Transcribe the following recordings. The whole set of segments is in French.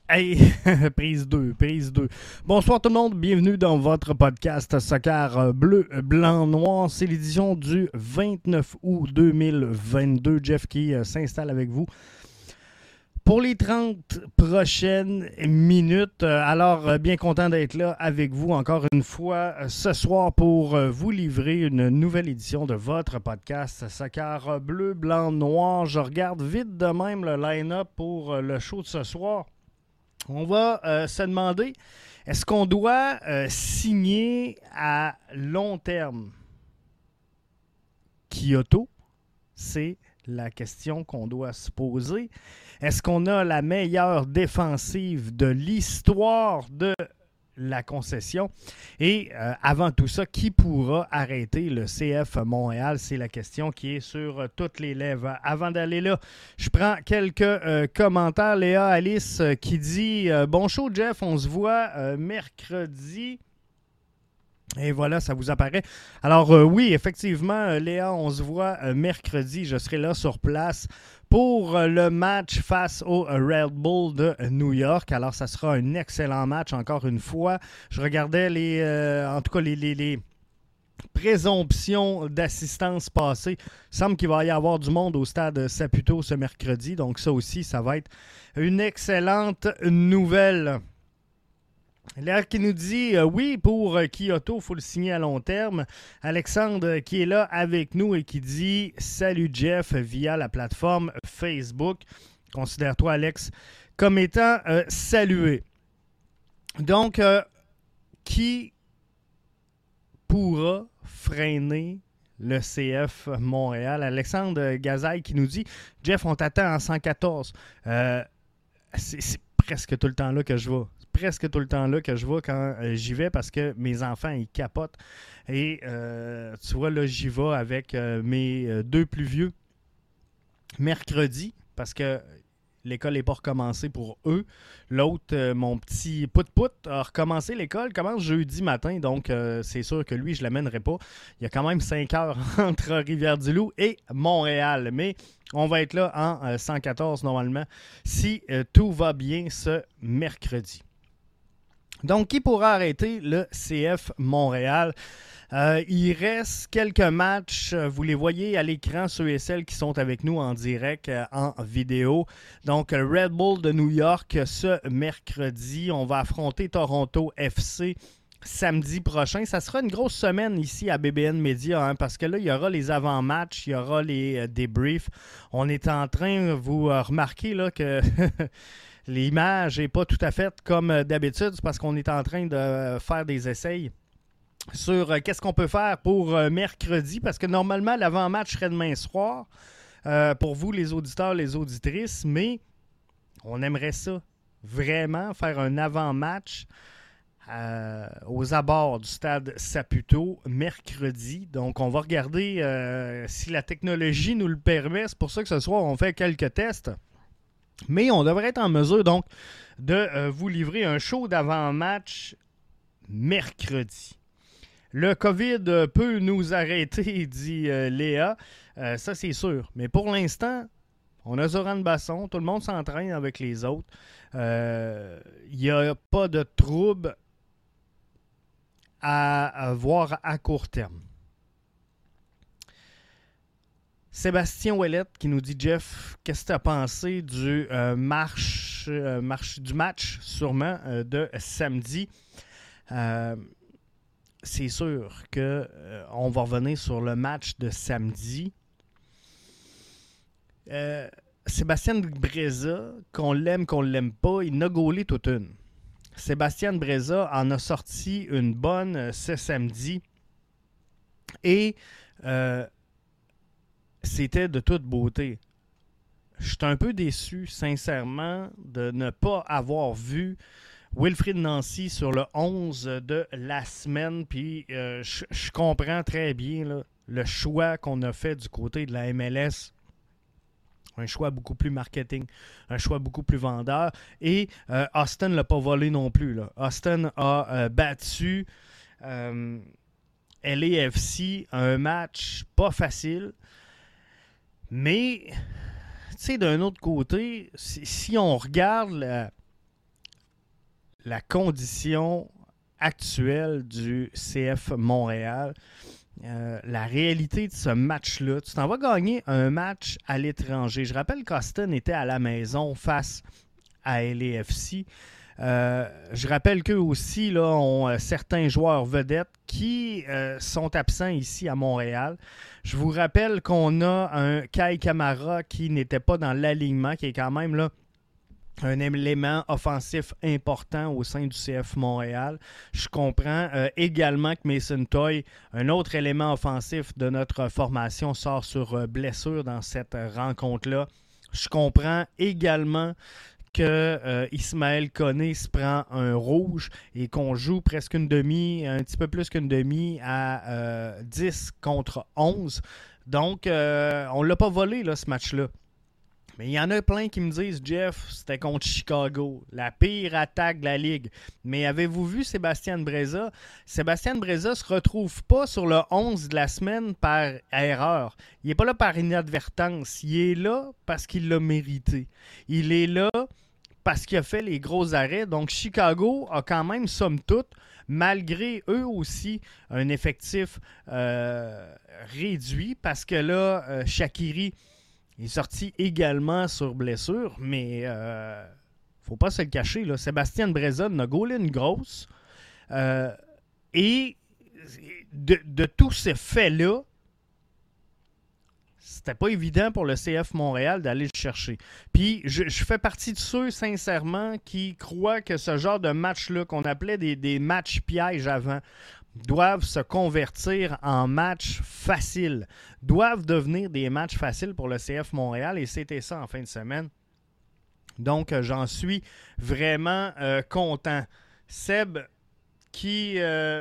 Hey, prise 2, prise 2. Bonsoir tout le monde, bienvenue dans votre podcast Soccer bleu, blanc, noir. C'est l'édition du 29 août 2022. Jeff qui s'installe avec vous pour les 30 prochaines minutes. Alors, bien content d'être là avec vous encore une fois ce soir pour vous livrer une nouvelle édition de votre podcast Soccer bleu, blanc, noir. Je regarde vite de même le line-up pour le show de ce soir. On va se demander, est-ce qu'on doit signer à long terme Kyoto? C'est la question qu'on doit se poser. Est-ce qu'on a la meilleure défensive de l'histoire de la concession? Et avant tout ça, qui pourra arrêter le CF Montréal? C'est la question qui est sur toutes les lèvres. Avant d'aller là, je prends quelques commentaires. Léa Alice qui dit bon show Jeff, on se voit mercredi. Et voilà, ça vous apparaît. Alors oui, effectivement, Léa, on se voit mercredi. Je serai là sur place pour le match face au Red Bull de New York. Alors, ça sera un excellent match, encore une fois. Je regardais les présomptions d'assistance passées. Il semble qu'il va y avoir du monde au stade Saputo ce mercredi. Donc ça aussi, ça va être une excellente nouvelle. Léa qui nous dit oui, pour Kyoto, il faut le signer à long terme. Alexandre qui est là avec nous et qui dit salut Jeff via la plateforme Facebook. Considère-toi, Alex, comme étant salué. Donc, qui pourra freiner le CF Montréal? Alexandre Gazaille qui nous dit Jeff, on t'attend en 114. C'est presque tout le temps là que je vais. Presque tout le temps là que je vais quand j'y vais parce que mes enfants, ils capotent. Et tu vois, là, j'y vais avec mes deux plus vieux mercredi parce que l'école n'est pas recommencée pour eux. L'autre, mon petit Pout-Pout, a recommencé l'école, commence jeudi matin, donc c'est sûr que lui, je ne l'amènerai pas. Il y a quand même 5 heures entre Rivière-du-Loup et Montréal, mais on va être là en 114 normalement, si tout va bien ce mercredi. Donc, qui pourra arrêter le CF Montréal? Il reste quelques matchs. Vous les voyez à l'écran, ceux et celles qui sont avec nous en direct, en vidéo. Donc, Red Bull de New York ce mercredi. On va affronter Toronto FC samedi prochain. Ça sera une grosse semaine ici à BBN Media parce que là, il y aura les avant-matchs, il y aura les débriefs. On est en train, vous remarquez là que... L'image n'est pas tout à fait comme d'habitude, c'est parce qu'on est en train de faire des essais sur qu'est-ce qu'on peut faire pour mercredi, parce que normalement, l'avant-match serait demain soir pour vous, les auditeurs, les auditrices, mais on aimerait ça, vraiment, faire un avant-match aux abords du stade Saputo mercredi. Donc, on va regarder si la technologie nous le permet. C'est pour ça que ce soir, on fait quelques tests. Mais on devrait être en mesure, donc, de vous livrer un show d'avant-match mercredi. Le COVID peut nous arrêter, dit Léa. Ça, c'est sûr. Mais pour l'instant, on a Zoran Basson. Tout le monde s'entraîne avec les autres. Il n'y a pas de trouble à voir à court terme. Sébastien Ouellette qui nous dit Jeff, qu'est-ce que tu as pensé du match sûrement de samedi? C'est sûr qu'on va revenir sur le match de samedi. Sébastien Breza, qu'on l'aime pas, il n'a gaulé toute une. Sébastien Breza en a sorti une bonne ce samedi. Et c'était de toute beauté. Je suis un peu déçu, sincèrement, de ne pas avoir vu Wilfried Nancy sur le 11 de la semaine. Puis je comprends très bien là, le choix qu'on a fait du côté de la MLS. Un choix beaucoup plus marketing, un choix beaucoup plus vendeur. Et Austin ne l'a pas volé non plus. Là. Austin a battu LAFC, un match pas facile. Mais, tu sais, d'un autre côté, si on regarde la condition actuelle du CF Montréal, la réalité de ce match-là. Tu t'en vas gagner un match à l'étranger. Je rappelle qu'Austin était à la maison face à LAFC. Je rappelle qu'eux aussi là, ont certains joueurs vedettes qui sont absents ici à Montréal. Je vous rappelle qu'on a un Kai Kamara qui n'était pas dans l'alignement, qui est quand même là un élément offensif important au sein du CF Montréal. Je comprends également que Mason Toye, un autre élément offensif de notre formation, sort sur blessure dans cette rencontre-là. Je comprends également que Ismaël Koné se prend un rouge et qu'on joue presque une demi, un petit peu plus qu'une demi à 10 contre 11. Donc, on ne l'a pas volé là, ce match-là. Mais il y en a plein qui me disent, Jeff, c'était contre Chicago, la pire attaque de la Ligue. Mais avez-vous vu Sébastien Breza? Sébastien Breza ne se retrouve pas sur le 11 de la semaine par erreur. Il n'est pas là par inadvertance. Il est là parce qu'il l'a mérité. Il est là parce qu'il a fait les gros arrêts. Donc Chicago a quand même, somme toute, malgré eux aussi, un effectif réduit. Parce que là, Shaqiri est sorti également sur blessure, mais faut pas se le cacher. Là. Sébastien Breza a gaulé une grosse. Et de tous ces faits-là, c'était pas évident pour le CF Montréal d'aller le chercher. Puis je fais partie de ceux, sincèrement, qui croient que ce genre de match-là, qu'on appelait des matchs pièges avant, doivent se convertir en matchs faciles, doivent devenir des matchs faciles pour le CF Montréal, et c'était ça en fin de semaine. Donc, j'en suis vraiment content. Seb, qui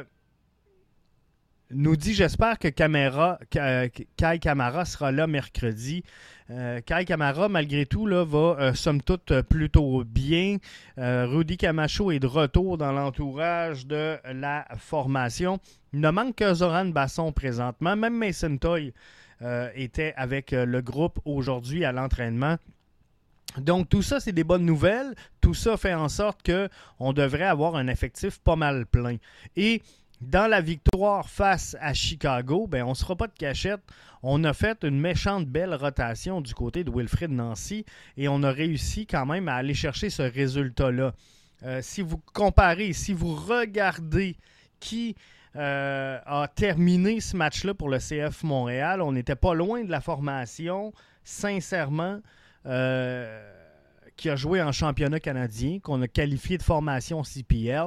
nous dit, j'espère que Kai Kamara sera là mercredi. Kai Kamara, malgré tout, là, va somme toute plutôt bien. Rudy Camacho est de retour dans l'entourage de la formation. Il ne manque que Zoran Basson présentement. Même Mason Toye était avec le groupe aujourd'hui à l'entraînement. Donc, tout ça, c'est des bonnes nouvelles. Tout ça fait en sorte qu'on devrait avoir un effectif pas mal plein. Et dans la victoire face à Chicago, ben, on ne se fera pas de cachette. On a fait une méchante belle rotation du côté de Wilfried Nancy et on a réussi quand même à aller chercher ce résultat-là. Si vous comparez, si vous regardez qui a terminé ce match-là pour le CF Montréal, on n'était pas loin de la formation, sincèrement, qui a joué en championnat canadien, qu'on a qualifié de formation CPL.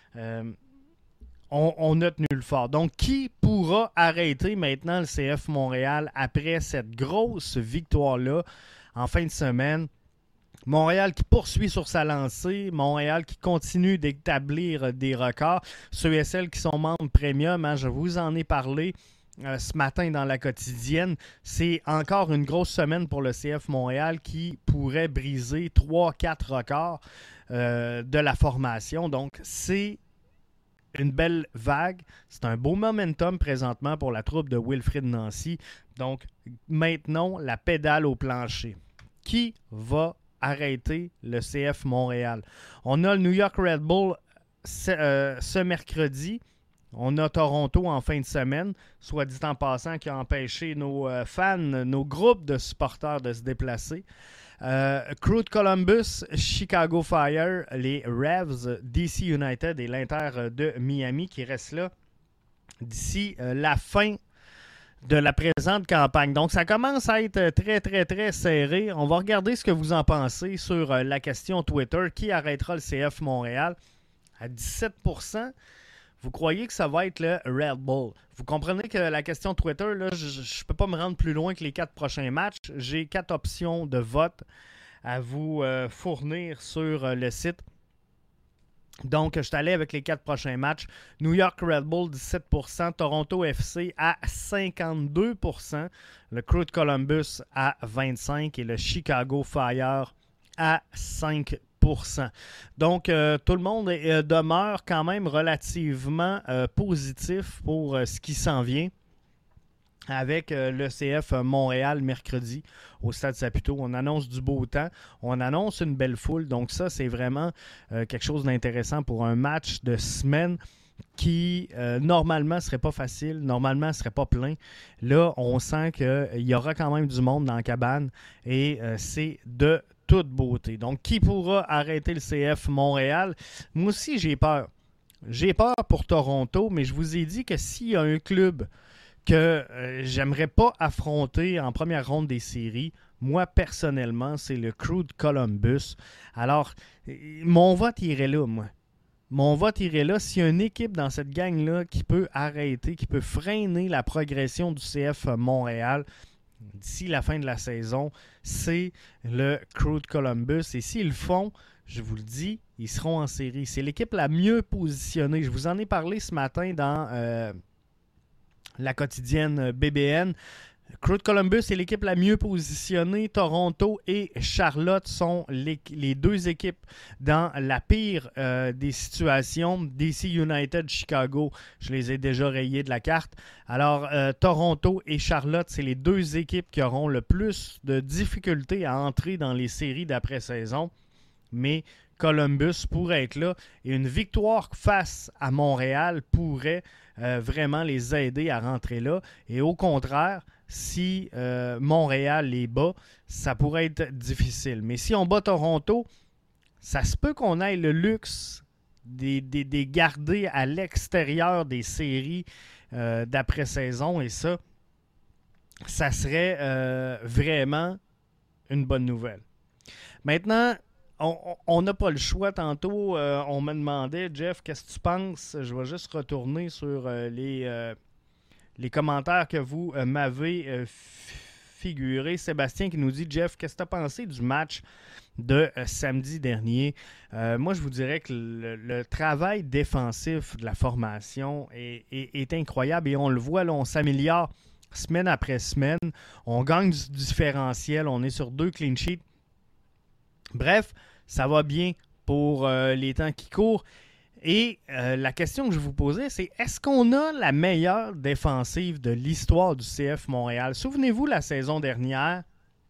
On a tenu le fort. Donc, qui pourra arrêter maintenant le CF Montréal après cette grosse victoire-là en fin de semaine? Montréal qui poursuit sur sa lancée, Montréal qui continue d'établir des records. Ceux et celles qui sont membres premium, hein, je vous en ai parlé ce matin dans la quotidienne. C'est encore une grosse semaine pour le CF Montréal qui pourrait briser 3-4 records de la formation. Donc, c'est une belle vague. C'est un beau momentum présentement pour la troupe de Wilfried Nancy. Donc, maintenant, la pédale au plancher. Qui va arrêter le CF Montréal? On a le New York Red Bull ce mercredi. On a Toronto en fin de semaine, soit dit en passant, qui a empêché nos fans, nos groupes de supporters de se déplacer. Crew de Columbus, Chicago Fire, les Revs, DC United et l'Inter de Miami qui restent là d'ici la fin de la présente campagne. Donc, ça commence à être très, très, très serré. On va regarder ce que vous en pensez sur la question Twitter. Qui arrêtera le CF Montréal? À 17%, vous croyez que ça va être le Red Bull. Vous comprenez que la question Twitter, là, je ne peux pas me rendre plus loin que les 4 prochains matchs. J'ai 4 options de vote à vous fournir sur le site. Donc, je suis allé avec les 4 prochains matchs. New York Red Bull, 17%. Toronto FC à 52%. Le Crew de Columbus à 25%. Et le Chicago Fire à 5%. Donc, tout le monde demeure quand même relativement positif pour ce qui s'en vient. avec le CF Montréal mercredi au Stade Saputo. On annonce du beau temps, on annonce une belle foule. Donc ça, c'est vraiment quelque chose d'intéressant pour un match de semaine qui, normalement, ne serait pas facile, normalement, ne serait pas plein. Là, on sent qu'il y aura quand même du monde dans la cabane et c'est de toute beauté. Donc, qui pourra arrêter le CF Montréal? Moi aussi, j'ai peur. J'ai peur pour Toronto, mais je vous ai dit que s'il y a un club que j'aimerais pas affronter en première ronde des séries, moi, personnellement, c'est le Crew de Columbus. Alors, mon vote irait là, moi. Mon vote irait là. S'il y a une équipe dans cette gang-là qui peut arrêter, qui peut freiner la progression du CF Montréal d'ici la fin de la saison, c'est le Crew de Columbus. Et s'ils le font, je vous le dis, ils seront en série. C'est l'équipe la mieux positionnée. Je vous en ai parlé ce matin dans la quotidienne BBN. Crew de Columbus est l'équipe la mieux positionnée. Toronto et Charlotte sont les deux équipes dans la pire des situations. DC United, Chicago, je les ai déjà rayés de la carte. Alors, Toronto et Charlotte, c'est les deux équipes qui auront le plus de difficultés à entrer dans les séries d'après-saison. Mais Columbus pourrait être là. Et une victoire face à Montréal pourrait vraiment les aider à rentrer là. Et au contraire, si Montréal les bat, ça pourrait être difficile. Mais si on bat Toronto, ça se peut qu'on ait le luxe des garder à l'extérieur des séries d'après-saison. Et ça serait vraiment une bonne nouvelle. Maintenant, on n'a pas le choix. Tantôt, on me demandait, Jeff, qu'est-ce que tu penses? Je vais juste retourner sur les commentaires que vous m'avez figuré. Sébastien qui nous dit, Jeff, qu'est-ce que tu as pensé du match de samedi dernier? Moi, je vous dirais que le travail défensif de la formation est incroyable et on le voit, là, on s'améliore semaine après semaine. On gagne du différentiel. On est sur 2 clean sheets. Bref, ça va bien pour les temps qui courent. Et la question que je vous posais, c'est est-ce qu'on a la meilleure défensive de l'histoire du CF Montréal? Souvenez-vous, la saison dernière,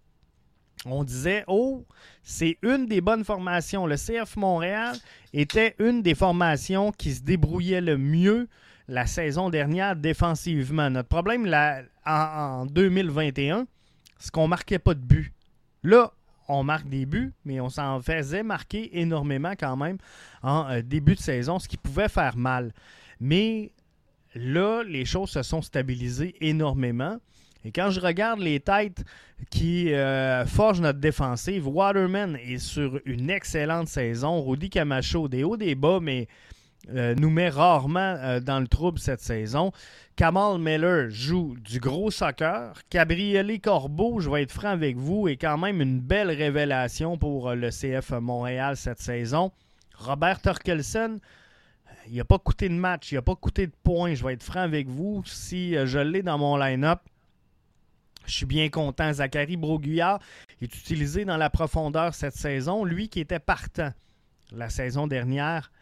on disait, c'est une des bonnes formations. Le CF Montréal était une des formations qui se débrouillait le mieux la saison dernière défensivement. Notre problème en 2021, c'est qu'on ne marquait pas de but. Là, on marque des buts, mais on s'en faisait marquer énormément quand même en début de saison, ce qui pouvait faire mal. Mais là, les choses se sont stabilisées énormément. Et quand je regarde les têtes qui forgent notre défensive, Waterman est sur une excellente saison. Rudy Camacho, des hauts, des bas, mais nous met rarement dans le trouble cette saison. Kamal Miller joue du gros soccer. Gabriele Corbeau, je vais être franc avec vous, est quand même une belle révélation pour le CF Montréal cette saison. Robert Torkelson, il n'a pas coûté de match, il n'a pas coûté de points, je vais être franc avec vous. Si je l'ai dans mon line-up, je suis bien content. Zachary Broguillard est utilisé dans la profondeur cette saison. Lui qui était partant la saison dernière,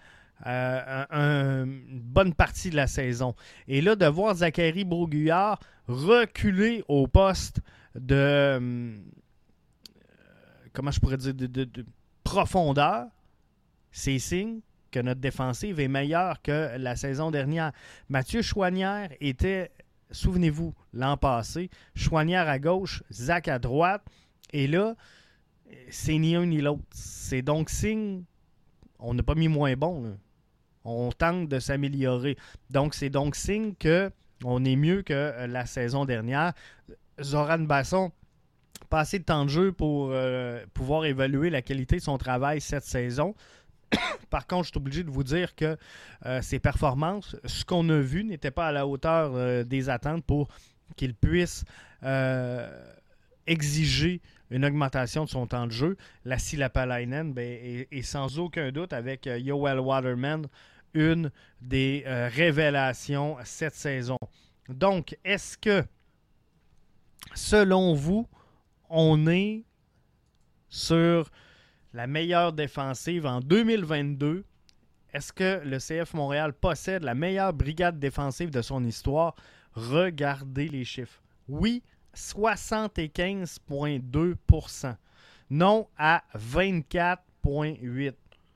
une bonne partie de la saison. Et là, de voir Zachary Broguillard reculer au poste de comment je pourrais dire, de profondeur, c'est signe que notre défensive est meilleure que la saison dernière. Mathieu Chouanière était, souvenez-vous, l'an passé, Chouanière à gauche, Zach à droite, et là, c'est ni un ni l'autre. C'est donc signe, on n'a pas mis moins bon, là. On tente de s'améliorer. Donc, c'est donc signe qu'on est mieux que la saison dernière. Zoran Basson, pas assez de temps de jeu pour pouvoir évaluer la qualité de son travail cette saison. Par contre, je suis obligé de vous dire que ses performances, ce qu'on a vu, n'était pas à la hauteur des attentes pour qu'il puisse exiger une augmentation de son temps de jeu. Lassi Lapalainen est sans aucun doute avec Yoel Waterman une des révélations cette saison. Donc, est-ce que, selon vous, on est sur la meilleure défensive en 2022? Est-ce que le CF Montréal possède la meilleure brigade défensive de son histoire? Regardez les chiffres. Oui, 75,2%. Non à 24,8%.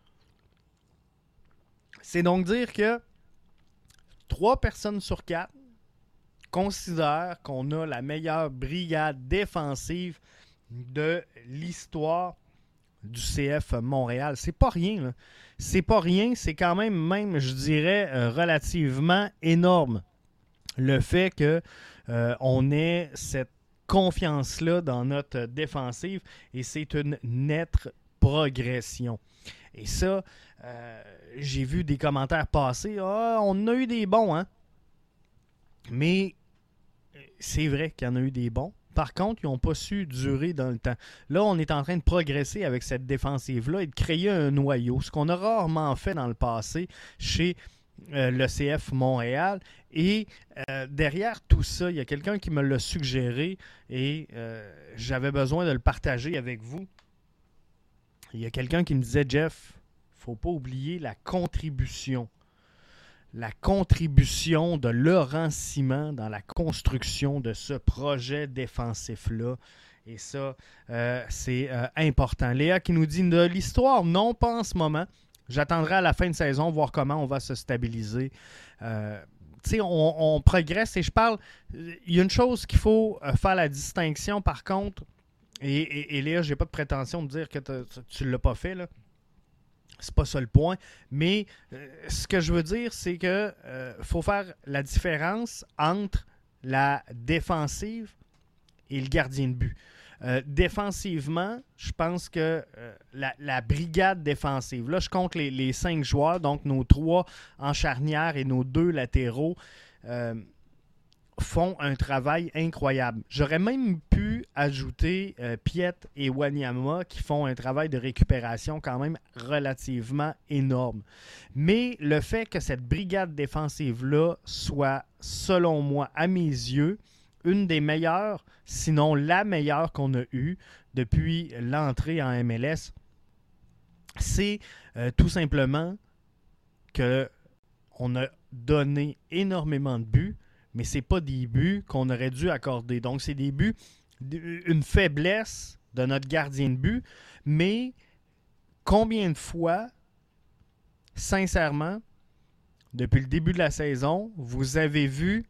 C'est donc dire que 3 personnes sur 4 considèrent qu'on a la meilleure brigade défensive de l'histoire du CF Montréal. C'est pas rien, là. C'est pas rien, c'est quand même, je dirais, relativement énorme. Le fait qu'on ait cette confiance-là dans notre défensive et c'est une nette progression. Et ça, j'ai vu des commentaires passer. Ah, on a eu des bons, hein? Mais c'est vrai qu'il y en a eu des bons. Par contre, ils n'ont pas su durer dans le temps. Là, on est en train de progresser avec cette défensive-là et de créer un noyau, ce qu'on a rarement fait dans le passé chez le CF Montréal. Et derrière tout ça, il y a quelqu'un qui me l'a suggéré et j'avais besoin de le partager avec vous. Il y a quelqu'un qui me disait, Jeff, il ne faut pas oublier la contribution de Laurent Simon dans la construction de ce projet défensif-là. Et ça, c'est important. Léa qui nous dit de l'histoire, non, pas en ce moment. J'attendrai à la fin de saison, voir comment on va se stabiliser. On progresse et je parle. Il y a une chose qu'il faut faire la distinction, par contre, et Léa, j'ai pas de prétention de dire que tu l'as pas fait, là. C'est pas ça le point. Mais ce que je veux dire, c'est que faut faire la différence entre la défensive et le gardien de but. Défensivement, je pense que la brigade défensive, là, je compte les 5 joueurs, donc nos 3 en charnière et nos 2 latéraux, font un travail incroyable. J'aurais même pu ajouter Piet et Wanyama qui font un travail de récupération quand même relativement énorme. Mais le fait que cette brigade défensive-là soit, selon moi, à mes yeux, une des meilleures, sinon la meilleure qu'on a eue depuis l'entrée en MLS, c'est tout simplement qu'on a donné énormément de buts, mais ce n'est pas des buts qu'on aurait dû accorder. Donc, c'est des buts, une faiblesse de notre gardien de but, mais combien de fois, sincèrement, depuis le début de la saison, vous avez vu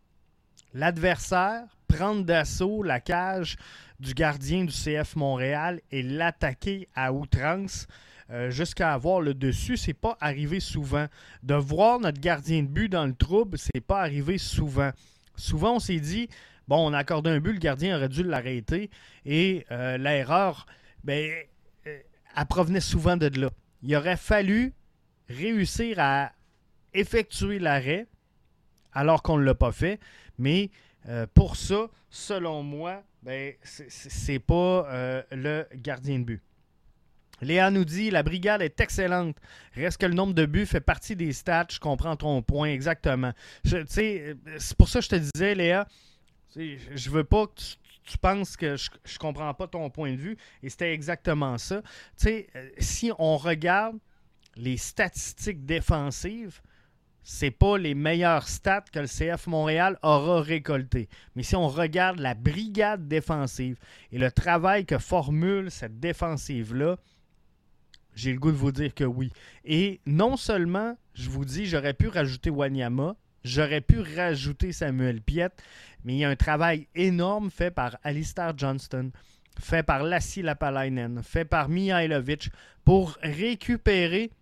l'adversaire prendre d'assaut la cage du gardien du CF Montréal et l'attaquer à outrance jusqu'à avoir le dessus? C'est pas arrivé souvent. De voir notre gardien de but dans le trouble, c'est pas arrivé souvent. Souvent, on s'est dit, bon, on a accordé un but, le gardien aurait dû l'arrêter et l'erreur, elle provenait souvent de là. Il aurait fallu réussir à effectuer l'arrêt alors qu'on ne l'a pas fait. Mais pour ça, selon moi, c'est pas le gardien de but. Léa nous dit, la brigade est excellente. Reste que le nombre de buts fait partie des stats. Je comprends ton point, exactement. C'est pour ça que je te disais, Léa, je veux pas que tu penses que je comprends pas ton point de vue. Et c'était exactement ça. Si on regarde les statistiques défensives, c'est pas les meilleurs stats que le CF Montréal aura récolté. Mais si on regarde la brigade défensive et le travail que formule cette défensive-là, j'ai le goût de vous dire que oui. Et non seulement, je vous dis, j'aurais pu rajouter Wanyama, j'aurais pu rajouter Samuel Piet, mais il y a un travail énorme fait par Alistair Johnston, fait par Lassi Lapalainen, fait par Mihailovic pour récupérer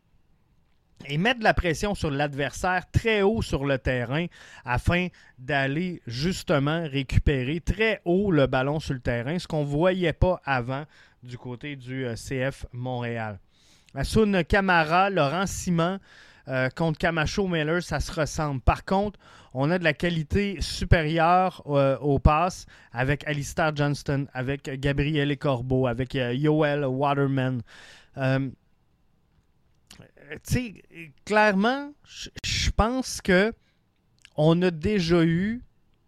et mettre de la pression sur l'adversaire très haut sur le terrain afin d'aller justement récupérer très haut le ballon sur le terrain, ce qu'on ne voyait pas avant du côté du CF Montréal. Asun Camara, Laurent Simon contre Camacho Miller, ça se ressemble. Par contre, on a de la qualité supérieure aux passes avec Alistair Johnston, avec Gabriel Corbeau, avec Yoel Waterman. Clairement, je pense que on a déjà eu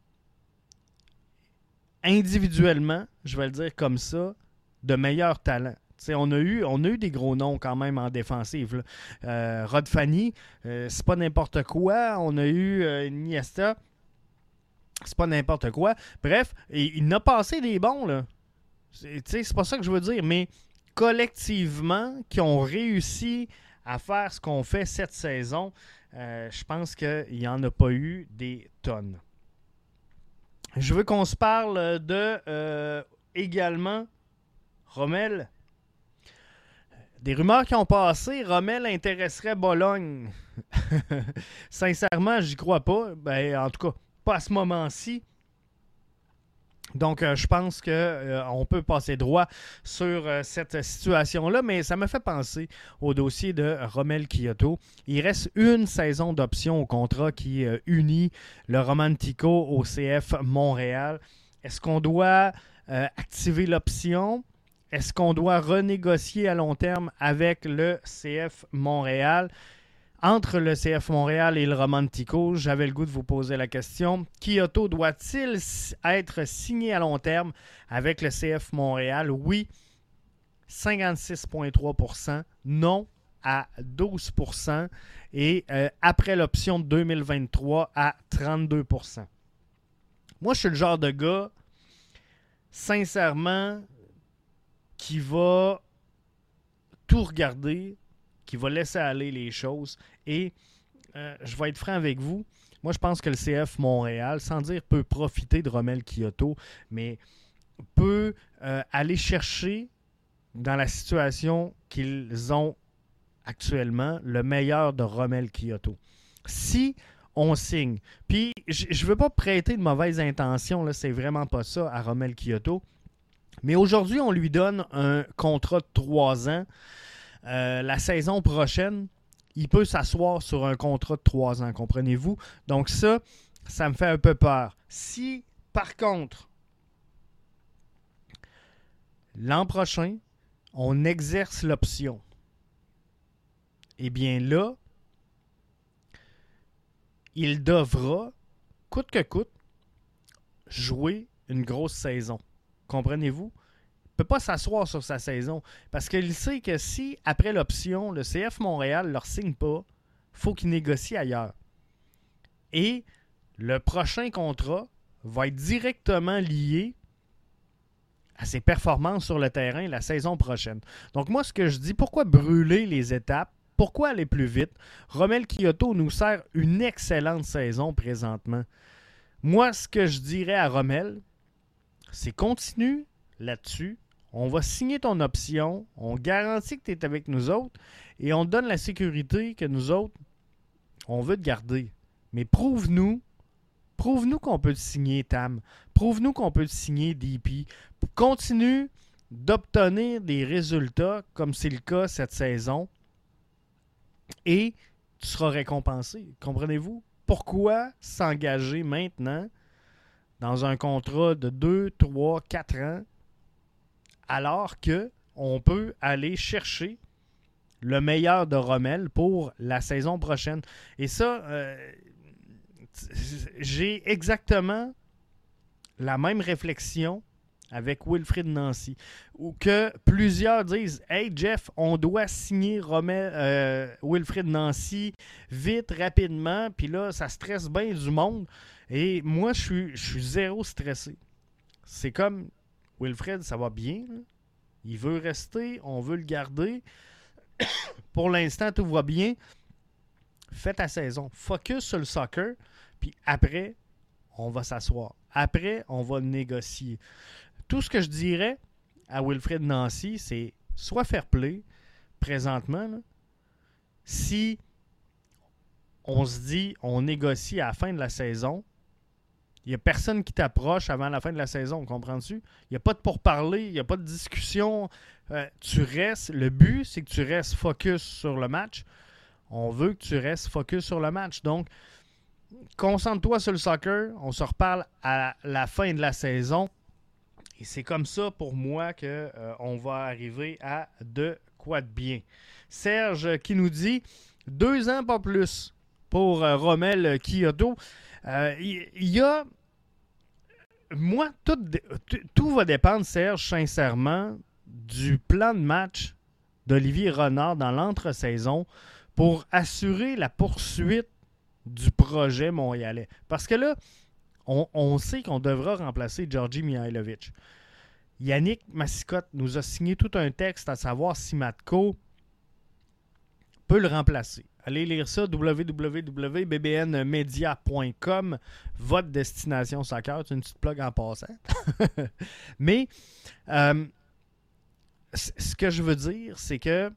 individuellement, je vais le dire comme ça, de meilleurs talents. On a eu des gros noms quand même en défensive. Rod Fanny, c'est pas n'importe quoi. On a eu Iniesta. C'est pas n'importe quoi. Bref, il n'a passé des bons, là. C'est pas ça que je veux dire, mais collectivement, qui ont réussi à faire ce qu'on fait cette saison, je pense qu'il n'y en a pas eu des tonnes. Je veux qu'on se parle de également Romel. Des rumeurs qui ont passé, Romel intéresserait Bologne. Sincèrement, j'y crois pas. Ben, en tout cas, pas à ce moment-ci. Donc, je pense qu'on peut passer droit sur cette situation-là, mais ça me fait penser au dossier de Romel Kyoto. Il reste une saison d'option au contrat qui unit le Romantico au CF Montréal. Est-ce qu'on doit activer l'option? Est-ce qu'on doit renégocier à long terme avec le CF Montréal? Entre le CF Montréal et le Romantico, j'avais le goût de vous poser la question. Kyoto doit-il être signé à long terme avec le CF Montréal? Oui, 56,3%. Non, à 12%. Et après l'option de 2023, à 32%. Moi, je suis le genre de gars, sincèrement, qui va tout regarder, qui va laisser aller les choses. Et je vais être franc avec vous. Moi, je pense que le CF Montréal, sans dire peut profiter de Romel Kyoto, mais peut aller chercher, dans la situation qu'ils ont actuellement, le meilleur de Romel Kyoto. Si on signe, puis je ne veux pas prêter de mauvaises intentions, là, c'est vraiment pas ça à Romel Kyoto, mais aujourd'hui, on lui donne un contrat de 3 ans. La saison prochaine, il peut s'asseoir sur un contrat de 3 ans, comprenez-vous? Donc ça me fait un peu peur. Si, par contre, l'an prochain, on exerce l'option, eh bien là, il devra, coûte que coûte, jouer une grosse saison. Comprenez-vous? Il ne peut pas s'asseoir sur sa saison. Parce qu'il sait que si, après l'option, le CF Montréal ne leur signe pas, il faut qu'il négocie ailleurs. Et le prochain contrat va être directement lié à ses performances sur le terrain la saison prochaine. Donc moi, ce que je dis, pourquoi brûler les étapes? Pourquoi aller plus vite? Romel Kyoto nous sert une excellente saison présentement. Moi, ce que je dirais à Romel, c'est continue là-dessus. On va signer ton option. On garantit que tu es avec nous autres. Et on te donne la sécurité que nous autres, on veut te garder. Mais prouve-nous qu'on peut te signer Tam. Prouve-nous qu'on peut te signer DP. Continue d'obtenir des résultats comme c'est le cas cette saison. Et tu seras récompensé. Comprenez-vous? Pourquoi s'engager maintenant dans un contrat de 2, 3, 4 ans, alors qu'on peut aller chercher le meilleur de Romel pour la saison prochaine. Et ça, j'ai exactement la même réflexion avec Wilfried Nancy, où que plusieurs disent « Hey Jeff, on doit signer Wilfried Nancy vite, rapidement, puis là, ça stresse bien du monde. » Et moi, je suis zéro stressé. C'est comme, Wilfried, ça va bien. Là. Il veut rester, on veut le garder. Pour l'instant, tout va bien. Fais ta saison. Focus sur le soccer. Puis après, on va s'asseoir. Après, on va négocier. Tout ce que je dirais à Wilfried Nancy, c'est soit fair play, présentement. Là, si on se dit, on négocie à la fin de la saison, il n'y a personne qui t'approche avant la fin de la saison, comprends-tu? Il n'y a pas de pourparler, il n'y a pas de discussion. Tu restes. Le but, c'est que tu restes focus sur le match. On veut que tu restes focus sur le match. Donc, concentre-toi sur le soccer. On se reparle à la fin de la saison. Et c'est comme ça, pour moi, qu'on va arriver à de quoi de bien. Serge qui nous dit 2 ans, pas plus, pour Romel Kyoto. Il y a... Moi, tout va dépendre, Serge, sincèrement, du plan de match d'Olivier Renard dans l'entre-saison pour assurer la poursuite du projet montréalais. Parce que là, On sait qu'on devra remplacer Georgi Mihailovic. Yannick Massicotte nous a signé tout un texte à savoir si Matko peut le remplacer. Allez lire ça, www.bbnmedia.com, votre destination soccer. C'est une petite plug en passant. Mais ce que je veux dire, c'est que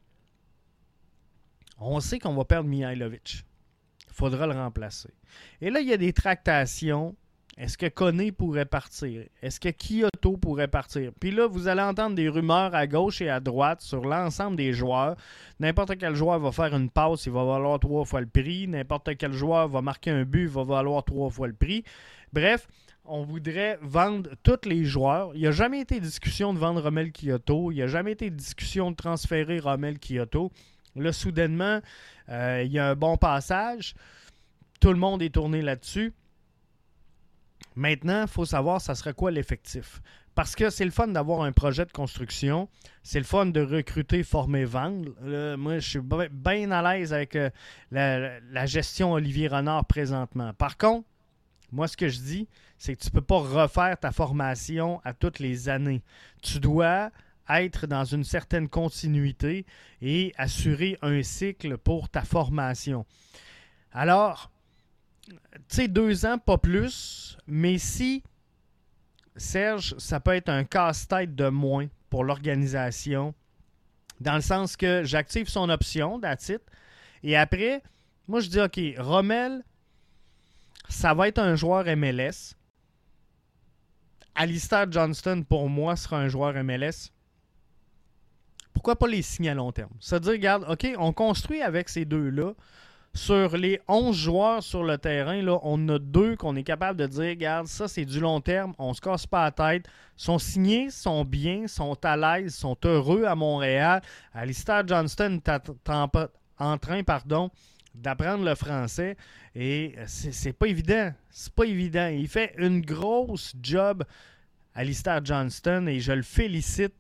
on sait qu'on va perdre Mihailovic. Il faudra le remplacer. Et là, il y a des tractations. Est-ce que Koné pourrait partir? Est-ce que Kyoto pourrait partir? Puis là, vous allez entendre des rumeurs à gauche et à droite sur l'ensemble des joueurs. N'importe quel joueur va faire une passe, il va valoir 3 fois le prix. N'importe quel joueur va marquer un but, il va valoir 3 fois le prix. Bref, on voudrait vendre tous les joueurs. Il n'y a jamais été discussion de vendre Romel Kyoto. Il n'y a jamais été discussion de transférer Romel Kyoto. Là, soudainement, il y a un bon passage. Tout le monde est tourné là-dessus. Maintenant, il faut savoir ça serait quoi l'effectif. Parce que c'est le fun d'avoir un projet de construction. C'est le fun de recruter, former, vendre. Moi, je suis bien à l'aise avec la gestion Olivier Renard présentement. Par contre, moi, ce que je dis, c'est que tu ne peux pas refaire ta formation à toutes les années. Tu dois être dans une certaine continuité et assurer un cycle pour ta formation. Alors, tu sais, 2 ans, pas plus, mais si, Serge, ça peut être un casse-tête de moins pour l'organisation, dans le sens que j'active son option, that's it, et après, moi je dis, OK, Romel, ça va être un joueur MLS. Alistair Johnston, pour moi, sera un joueur MLS. Pourquoi pas les signer à long terme? C'est-à-dire, regarde, OK, on construit avec ces deux-là. Sur les 11 joueurs sur le terrain, là, on a 2 qu'on est capable de dire, regarde, ça c'est du long terme, on se casse pas la tête. Sont signés, sont bien, sont à l'aise, sont heureux à Montréal. Alistair Johnston est en train d'apprendre le français et c'est pas évident. C'est pas évident. Il fait une grosse job, Alistair Johnston, et je le félicite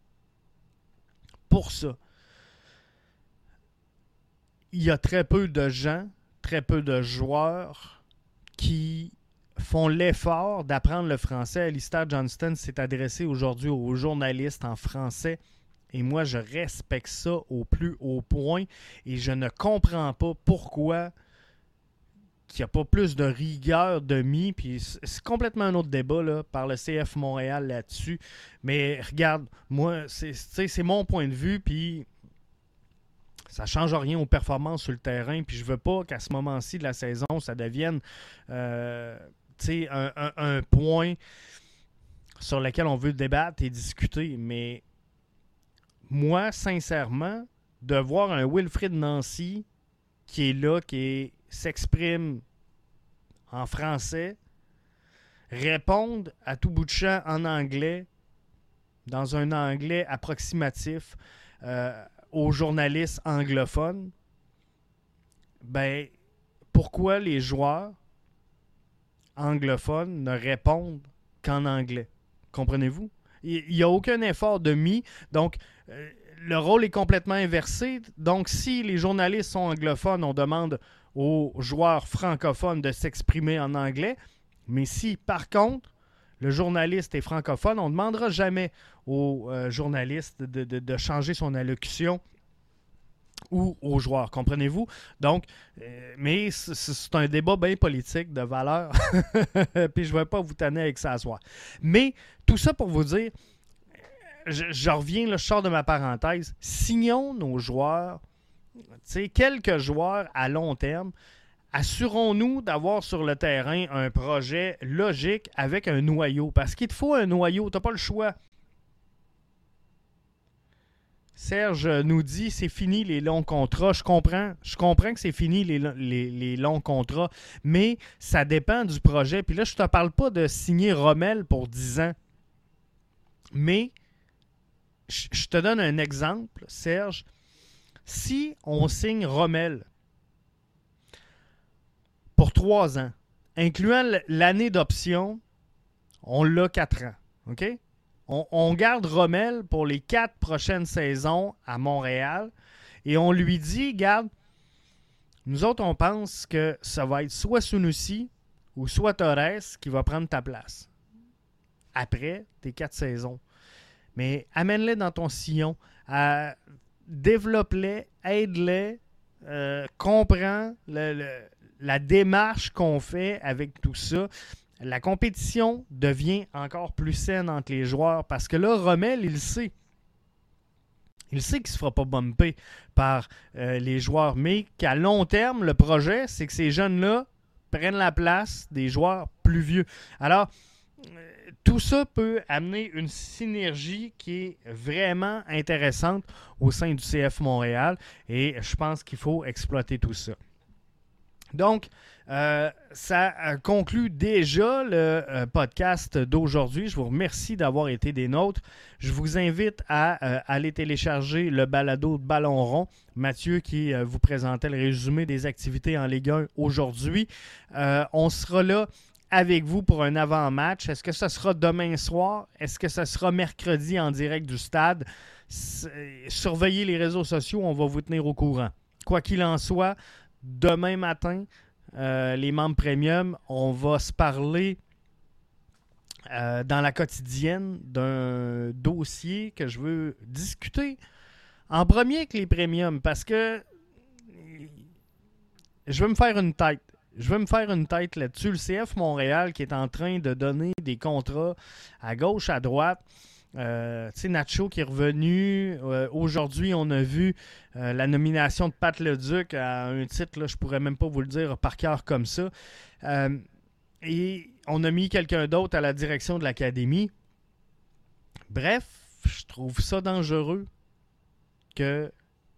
pour ça. Il y a très peu de gens, très peu de joueurs qui font l'effort d'apprendre le français. Alistair Johnston s'est adressé aujourd'hui aux journalistes en français et moi, je respecte ça au plus haut point et je ne comprends pas pourquoi il n'y a pas plus de rigueur de mis. Puis c'est complètement un autre débat là, par le CF Montréal là-dessus. Mais regarde, moi, c'est mon point de vue, puis ça ne change rien aux performances sur le terrain. Puis je veux pas qu'à ce moment-ci de la saison, ça devienne un point sur lequel on veut débattre et discuter. Mais moi, sincèrement, de voir un Wilfried Nancy qui est là, s'exprime en français, répondre à tout bout de champ en anglais, dans un anglais approximatif, aux journalistes anglophones, ben, pourquoi les joueurs anglophones ne répondent qu'en anglais? Comprenez-vous? Il n'y a aucun effort de mis. Donc, le rôle est complètement inversé. Donc, si les journalistes sont anglophones, on demande aux joueurs francophones de s'exprimer en anglais. Mais si, par contre, le journaliste est francophone, on ne demandera jamais au journaliste de changer son allocution ou aux joueurs. Comprenez-vous? Donc, mais c'est un débat bien politique de valeur. Puis je ne vais pas vous tanner avec ça à soir. Mais tout ça pour vous dire, je reviens, là, je sors de ma parenthèse. Signons nos joueurs, quelques joueurs à long terme. Assurons-nous d'avoir sur le terrain un projet logique avec un noyau. Parce qu'il te faut un noyau, tu n'as pas le choix. Serge nous dit c'est fini les longs contrats. Je comprends que c'est fini les longs contrats, mais ça dépend du projet. Puis là, je ne te parle pas de signer Romel pour 10 ans. Mais je te donne un exemple, Serge. Si on signe Romel pour 3 ans, incluant l'année d'option, on l'a 4 ans. OK? On garde Romel pour les 4 prochaines saisons à Montréal et on lui dit, regarde, nous autres, on pense que ça va être soit Sunusi ou soit Torres qui va prendre ta place après tes 4 saisons. Mais amène-les dans ton sillon, développe-les, aide-les, comprends la démarche qu'on fait avec tout ça. La compétition devient encore plus saine entre les joueurs parce que là, Rommel, il le sait. Il sait qu'il ne se fera pas bumper par les joueurs, mais qu'à long terme, le projet, c'est que ces jeunes-là prennent la place des joueurs plus vieux. Alors, tout ça peut amener une synergie qui est vraiment intéressante au sein du CF Montréal et je pense qu'il faut exploiter tout ça. Donc, ça conclut déjà le podcast d'aujourd'hui. Je vous remercie d'avoir été des nôtres. Je vous invite à aller télécharger le balado de Ballon rond. Mathieu qui vous présentait le résumé des activités en Ligue 1 aujourd'hui. On sera là avec vous pour un avant-match. Est-ce que ce sera demain soir? Est-ce que ce sera mercredi en direct du stade? Surveillez les réseaux sociaux, on va vous tenir au courant. Quoi qu'il en soit, demain matin, les membres premium, on va se parler dans la quotidienne d'un dossier que je veux discuter en premier avec les premiums parce que je veux me faire une tête. Je veux me faire une tête là-dessus. Le CF Montréal qui est en train de donner des contrats à gauche, à droite. Tu sais, Nacho qui est revenu. Aujourd'hui, on a vu la nomination de Pat Leduc à un titre, là, je pourrais même pas vous le dire par cœur comme ça. Et on a mis quelqu'un d'autre à la direction de l'académie. Bref, je trouve ça dangereux que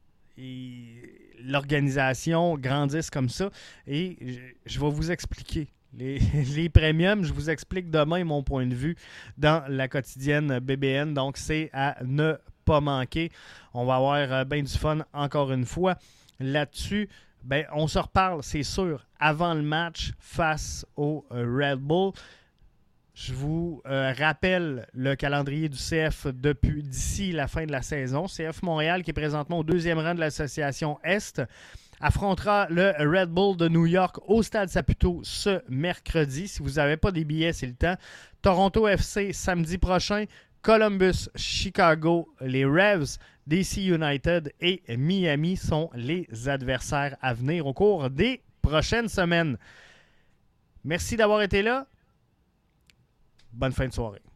l'organisation grandisse comme ça. Et je vais vous expliquer. Les premiums, je vous explique demain mon point de vue dans la quotidienne BBN. Donc, c'est à ne pas manquer. On va avoir bien du fun encore une fois là-dessus. Ben, on se reparle, c'est sûr, avant le match face au Red Bull. Je vous rappelle le calendrier du CF d'ici la fin de la saison. CF Montréal, qui est présentement au 2e rang de l'association Est, affrontera le Red Bull de New York au Stade Saputo ce mercredi. Si vous n'avez pas des billets, c'est le temps. Toronto FC samedi prochain. Columbus, Chicago, les Revs, DC United et Miami sont les adversaires à venir au cours des prochaines semaines. Merci d'avoir été là. Bonne fin de soirée.